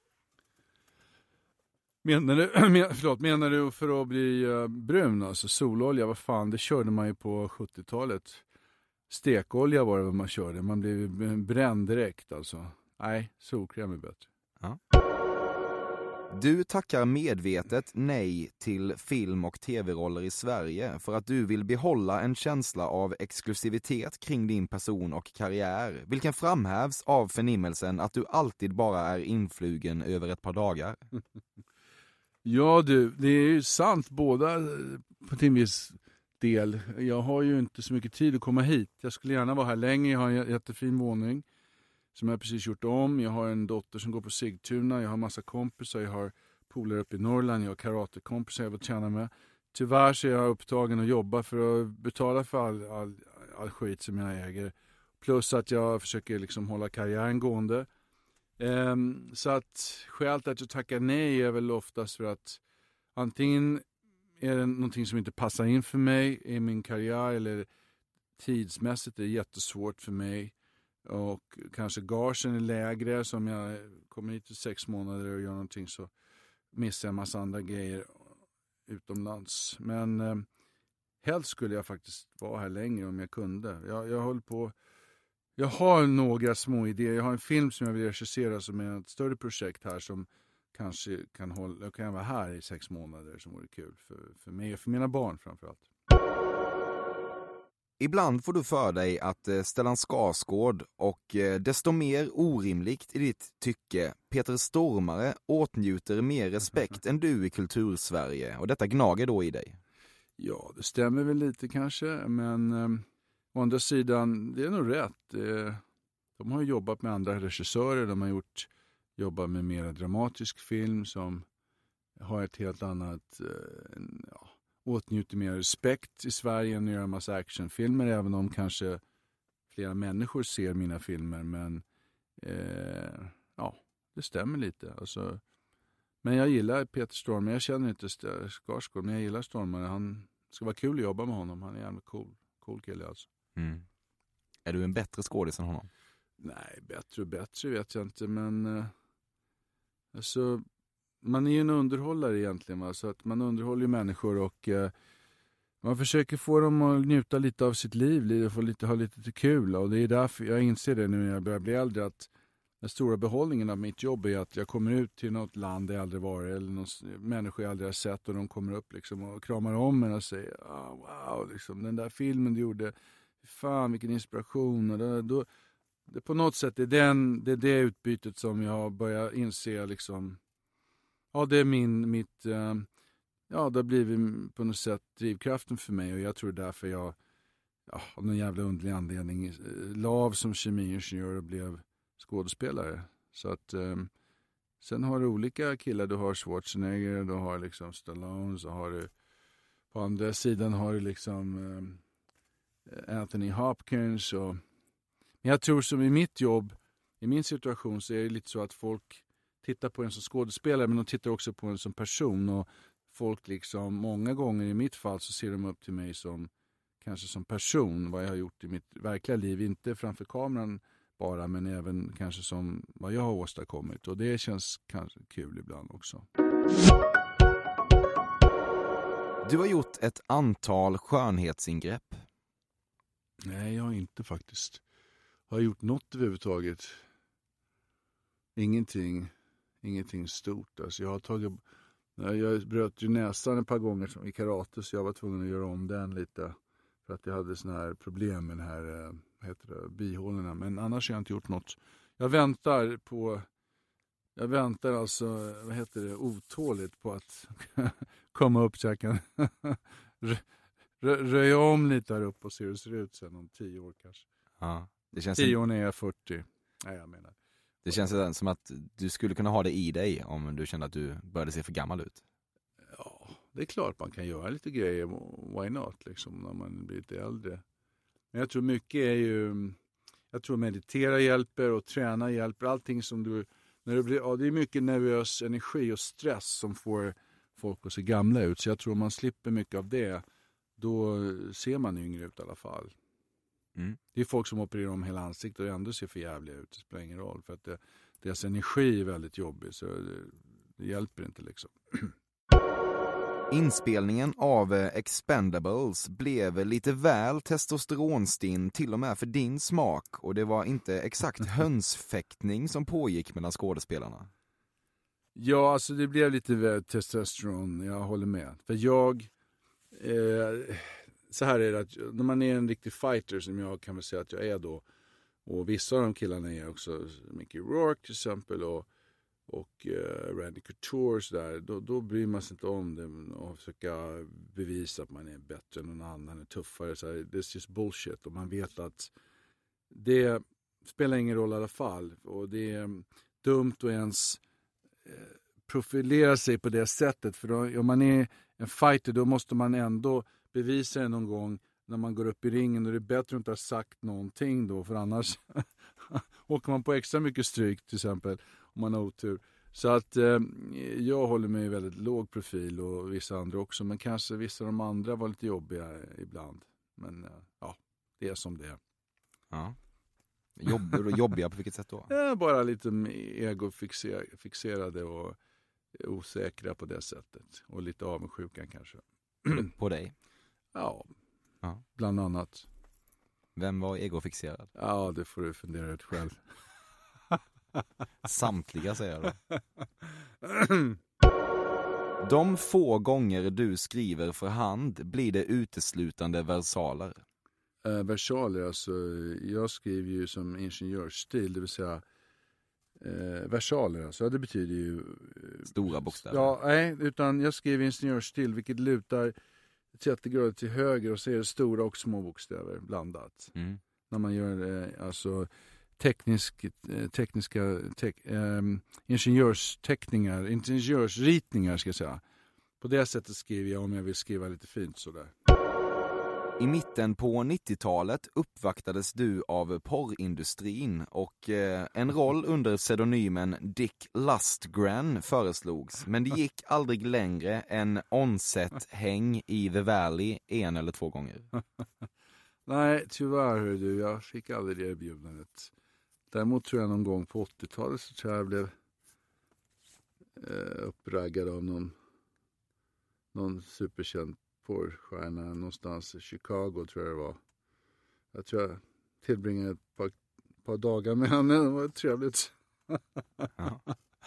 Menar du för att bli brun? Alltså sololja, vad fan, det körde man ju på 70-talet. Stekolja var det vad man körde. Man blev bränd direkt alltså. Nej, solkräm är bättre. Ja. Du tackar medvetet nej till film- och tv-roller i Sverige för att du vill behålla en känsla av exklusivitet kring din person och karriär, vilken framhävs av förnimmelsen att du alltid bara är influgen över ett par dagar. Ja du, det är ju sant båda på en viss del. Jag har ju inte så mycket tid att komma hit. Jag skulle gärna vara här länge, jag har en jättefin våning som jag precis gjort om. Jag har en dotter som går på Sigtuna. Jag har massa kompisar. Jag har polare uppe i Norrland. Jag har karatekompisar jag vill tjäna med. Tyvärr så är jag upptagen och jobbar för att betala för all skit som jag äger. Plus att jag försöker liksom hålla karriären gående. Så att skälet att jag tackar nej är väl oftast för att antingen är det någonting som inte passar in för mig i min karriär, eller tidsmässigt är det jättesvårt för mig. Och kanske gagen är lägre, som jag kommer hit i 6 månader och gör någonting så missar jag en massa andra grejer utomlands. Men helst skulle jag faktiskt vara här längre om jag kunde. Jag håller på, jag har några små idéer. Jag har en film som jag vill regissera som är ett större projekt här som kanske kan jag vara här i 6 månader som vore kul för mig och för mina barn framförallt. Ibland får du för dig att Stellan Skarsgård och desto mer orimligt i ditt tycke Peter Stormare åtnjuter mer respekt än du i kultursverige, och detta gnager då i dig. Ja, det stämmer väl lite kanske, men å andra sidan, det är nog rätt. De har jobbat med andra regissörer, de har jobbat med mer dramatisk film som har ett helt annat, åtnjuter mer respekt i Sverige än att göra en massa actionfilmer, även om kanske flera människor ser mina filmer, men det stämmer lite. Alltså, men jag gillar Peter Stormare, jag känner inte Skarsgård, men jag gillar Stormare. Han ska vara kul att jobba med honom, han är jävla cool kille alltså. Är du en bättre skådis än honom? Nej, bättre vet jag inte, men alltså, man är ju en underhållare egentligen, va? Så att man underhåller ju människor och man försöker få dem att njuta lite av sitt liv och ha lite kul, och det är därför jag inser det nu när jag börjar bli äldre, att den stora behållningen av mitt jobb är att jag kommer ut till något land jag aldrig varit, eller någon människor jag aldrig har sett, och de kommer upp liksom och kramar om mig och säger wow, liksom, den där filmen du gjorde, fan vilken inspiration, och då det på något sätt är det utbytet som jag börjar inse liksom, ja, det är mitt det har blivit på något sätt drivkraften för mig, och jag tror därför jag av någon jävla underlig anledning la av som kemiingenjör och blev skådespelare. Så att sen har du olika killar, du har Schwarzenegger, du har liksom Stallone, så har du på andra sidan har du liksom Anthony Hopkins, Men jag tror som i mitt jobb, i min situation, så är det lite så att folk tittar på en som skådespelare, men de tittar också på en som person. Och folk liksom, många gånger i mitt fall så ser de upp till mig som kanske som person, vad jag har gjort i mitt verkliga liv, inte framför kameran bara, men även kanske som vad jag har åstadkommit. Och det känns kanske kul ibland också. Du har gjort ett antal skönhetsingrepp. Nej, jag har inte faktiskt. Har jag gjort något överhuvudtaget? Ingenting stort. Alltså jag bröt ju näsan ett par gånger i karate, så jag var tvungen att göra om den lite. För att jag hade såna här problem med den här bihålorna. Men annars har jag inte gjort något. Jag väntar alltså, otåligt på att komma upp så jag kan röja om lite här uppe och se hur det ser ut sen om 10 år kanske. Ja, det känns 10 år när jag är 40. Nej, jag menar. Det känns som att du skulle kunna ha det i dig om du kände att du började se för gammal ut. Ja, det är klart man kan göra lite grejer. Why not, liksom, när man blir lite äldre. Men jag tror mycket är ju... Jag tror meditera hjälper och träna hjälper. Allting som du... När du blir, det är mycket nervös energi och stress som får folk att se gamla ut. Så jag tror om man slipper mycket av det, då ser man yngre ut i alla fall. Mm. Det är folk som opererar om hela ansiktet och ändå ser för jävliga ut. Det spelar ingen roll, för att deras energi är väldigt jobbig, så det hjälper inte liksom. Inspelningen av Expendables blev lite väl testosteronstinn till och med för din smak, och det var inte exakt hönsfäktning som pågick mellan skådespelarna. Ja, alltså det blev lite väl testosteron, jag håller med. För så här är det, att när man är en riktig fighter, som jag kan väl säga att jag är då, och vissa av de killarna är också Mickey Rourke till exempel, och Randy Couture så där, då bryr man sig inte om det och försöka bevisa att man är bättre än någon annan, är tuffare, så här, this is bullshit, och man vet att det spelar ingen roll i alla fall, och det är dumt att ens profilera sig på det sättet, för då, om man är en fighter, då måste man ändå bevisa det någon gång när man går upp i ringen, och det är bättre att inte ha sagt någonting då, för annars åker man på extra mycket stryk till exempel om man har otur. Så att jag håller mig väldigt låg profil, och vissa andra också, men kanske vissa av de andra var lite jobbiga ibland. Men ja, det är som det är. Ja. Jobbiga på vilket sätt då? Bara lite egofixerade och osäkra på det sättet. Och lite avundsjuka kanske. På dig? Ja, bland annat. Vem var egofixerad? Ja, det får du fundera ut själv. Samtliga, säger jag då. De få gånger du skriver för hand blir det uteslutande versaler. Versaler, alltså jag skriver ju som ingenjörsstil, det vill säga versaler, alltså det betyder ju stora bokstäver. Ja, nej, utan jag skriver ingenjörsstil, vilket lutar 30 grader till höger, och så är det stora och små bokstäver blandat. Mm. När man gör alltså ingenjörsritningar ska jag säga. På det sättet skriver jag om jag vill skriva lite fint sådär. I mitten på 90-talet uppvaktades du av porrindustrin, och en roll under pseudonymen Dick Lustgren föreslogs, men det gick aldrig längre än on-set-häng i The Valley 1 eller 2 gånger. Nej, tyvärr hör du, jag fick aldrig det erbjudandet. Däremot tror jag någon gång på 80-talet så tror jag blev uppraggad av någon superkänd porrstjärna någonstans i Chicago, tror jag det var. Jag tror jag tillbringade ett par dagar med henne, det var trevligt. Ja.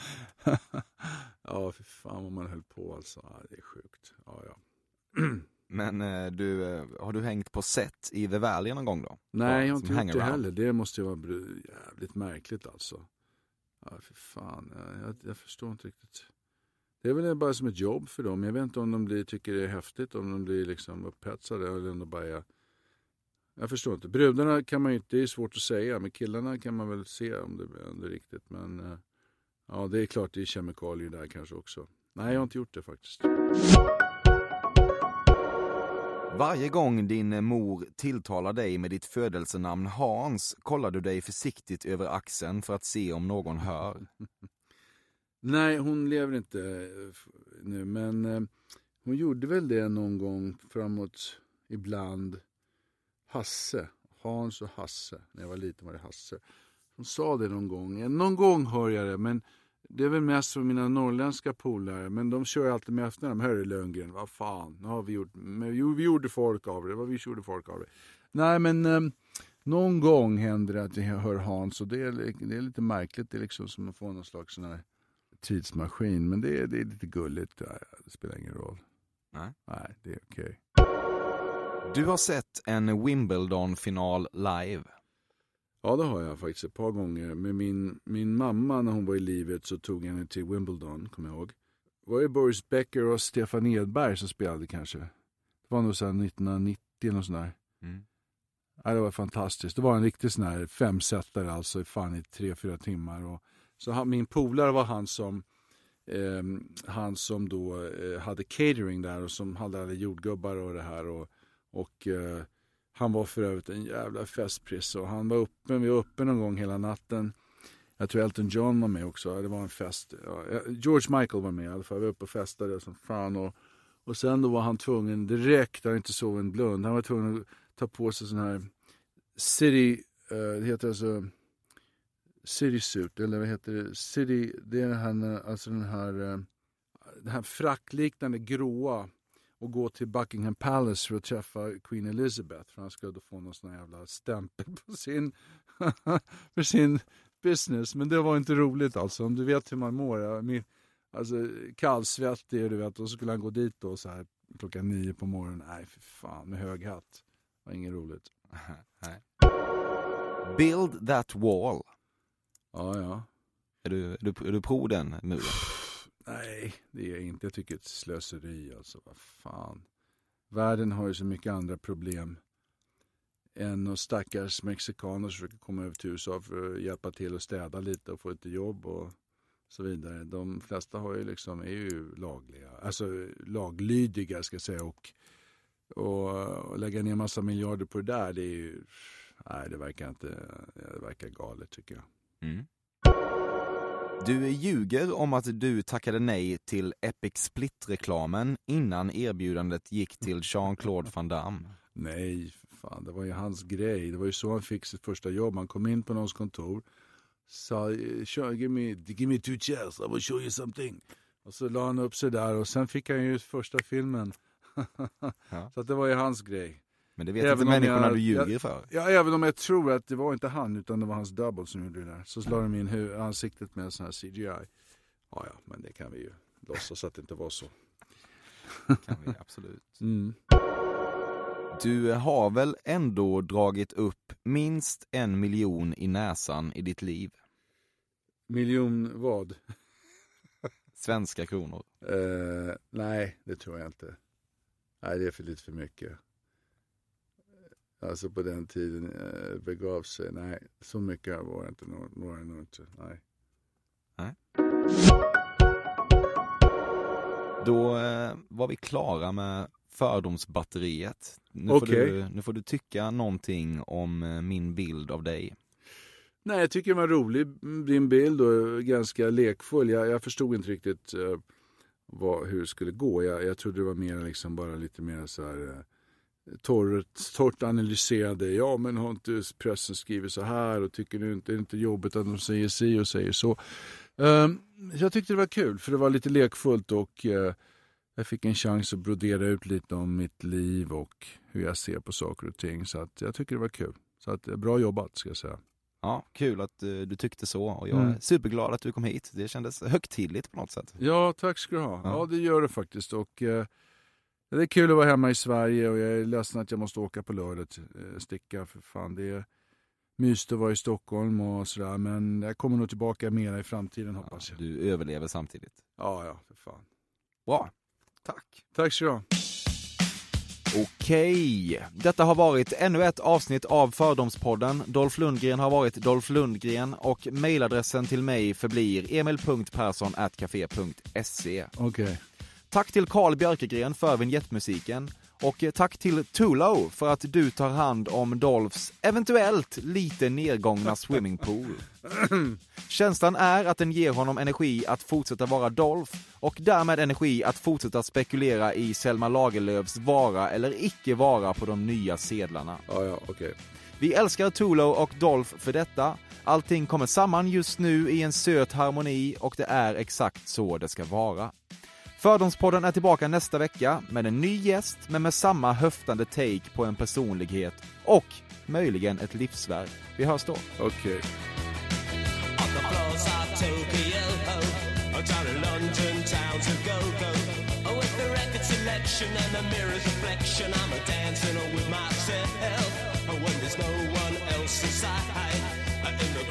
Ja, för fan vad man höll på alltså. Ja, det är sjukt. Ja. Men har du hängt på set i The Valley någon gång då? Nej, jag har inte gjort det heller. Det måste ju vara jävligt märkligt alltså. Ja, för fan. Jag förstår inte riktigt. Det är väl bara som ett jobb för dem. Jag vet inte om de tycker det är häftigt, om de blir liksom upphetsade eller om de bara... Jag förstår inte. Brudarna kan man ju inte, det är svårt att säga. Men killarna kan man väl se om det är riktigt. Men ja, det är klart det är kemikalier där kanske också. Nej, jag har inte gjort det faktiskt. Varje gång din mor tilltalar dig med ditt födelsenamn Hans kollar du dig försiktigt över axeln för att se om någon hör. Nej, hon lever inte nu, men hon gjorde väl det någon gång framåt ibland. Hasse, Hans och Hasse. När jag var liten var det Hasse. Hon sa det någon gång. Någon gång hör jag det, men det är väl mest för mina norrländska polare. Men de kör alltid med efter dem. Hörru Lundgren, vad fan, nu har vi gjort. Men vi gjorde folk av det. Vi gjorde folk av det. Nej, men någon gång händer det att jag hör Hans. Och det är lite märkligt. Det är liksom som att få någon slags sån här tidsmaskin. Men det är lite gulligt. Det spelar ingen roll. Nej, det är okej. Du har sett en Wimbledon-final live. Ja, det har jag faktiskt ett par gånger. Med min mamma när hon var i livet så tog henne till Wimbledon, kommer jag ihåg. Var det Boris Becker och Stefan Edberg som spelade kanske? Det var nog så här 1990 eller något sånt där. Ja, det var fantastiskt. Det var en riktig sån här 5-setare alltså fan i 3-4 timmar. Och så min polare var han som då hade catering där och som hade alla jordgubbar och det här och han var för övrigt en jävla festpris och vi var uppe någon gång hela natten. Jag tror Elton John var med också. Det var en fest. George Michael var med i alla fall. Vi var uppe och festade som fan och sen då var han tvungen direkt, han inte sov en blund. Han var tvungen att ta på sig sån här city, det heter alltså city suit, eller vad heter det? City, det är den här frackliknande gråa och gå till Buckingham Palace för att träffa Queen Elizabeth. För han ska då få någon sån här jävla stämpel på för sin business. Men det var inte roligt alltså. Om du vet hur man mår. Alltså kallsvettig, du vet. Och så skulle han gå dit då så här 9:00 på morgonen. Nej, för fan, med hög hatt. Det var inget roligt. Nej. Build that wall. Ja. Är du pro den muren? Nej, det är jag inte. Jag tycker det är ett slöseri alltså. Vad fan. Världen har ju så mycket andra problem än och stackars mexikaner som försöker komma över till USA för att hjälpa till att städa lite och få lite jobb och så vidare. De flesta har ju är ju lagliga, alltså laglydiga ska jag säga, och lägga ner massa miljarder på det där, det är ju, nej, det verkar galet tycker jag. Du ljuger om att du tackade nej till Epic Split-reklamen innan erbjudandet gick till Jean-Claude Van Damme. Nej, fan, det var ju hans grej. Det var ju så han fick sitt första jobb. Han kom in på någons kontor, sa, give me 2 chairs, I will show you something. Och så la han upp sig där och sen fick han ju första filmen. Ja. Så att det var ju hans grej. Men det vet även inte människorna du ljuger för. Ja, även om jag tror att det var inte han utan det var hans double som gjorde det där. Så slår de in ansiktet med en sån här CGI. Ja, men det kan vi ju låtsas att det inte var så. Kan vi absolut. Du har väl ändå dragit upp minst 1 miljon i näsan i ditt liv? Miljon vad? Svenska kronor. Nej, det tror jag inte. Nej, det är lite för mycket. Alltså på den tiden begav sig. Nej, så mycket var det inte. Nej. Då var vi klara med fördomsbatteriet. Nu får du tycka någonting om min bild av dig. Nej, jag tycker det var rolig din bild och ganska lekfull. Jag förstod inte riktigt hur det skulle gå. Jag trodde det var mer bara lite mer så här torrt analyserade. Ja, men har inte pressen skrivit så här och tycker nu inte, är det inte jobbigt att de säger si och säger så. Jag tyckte det var kul för det var lite lekfullt och jag fick en chans att brodera ut lite om mitt liv och hur jag ser på saker och ting. Så att jag tycker det var kul. Så att bra jobbat ska jag säga. Ja, kul att du tyckte så och jag är superglad att du kom hit. Det kändes högtidligt på något sätt. Ja, tack ska du ha. Ja, det gör det faktiskt och det är kul att vara hemma i Sverige och jag är ledsen att jag måste åka på lördag sticka för fan. Det är myst att vara i Stockholm och sådär, men jag kommer nog tillbaka mer i framtiden hoppas jag. Du överlever samtidigt. Ja, för fan. Bra, tack. Tack så du ha. Okej, detta har varit ännu ett avsnitt av Fördomspodden. Dolph Lundgren har varit Dolph Lundgren och mejladressen till mig förblir emil.persson@café.se. Okej. Tack till Carl Björkegren för vignettmusiken Och tack till Tulo för att du tar hand om Dolphs eventuellt lite nedgångna swimmingpool. Känslan är att den ger honom energi att fortsätta vara Dolph och därmed energi att fortsätta spekulera i Selma Lagerlöfs vara eller icke vara på de nya sedlarna. Ja, okej. Vi älskar Tulo och Dolph för detta. Allting kommer samman just nu i en söt harmoni och det är exakt så det ska vara. Fördomspodden är tillbaka nästa vecka med en ny gäst men med samma höftande take på en personlighet och möjligen ett livsverk. Vi hörs då. Okej. When there's no one else inside, in the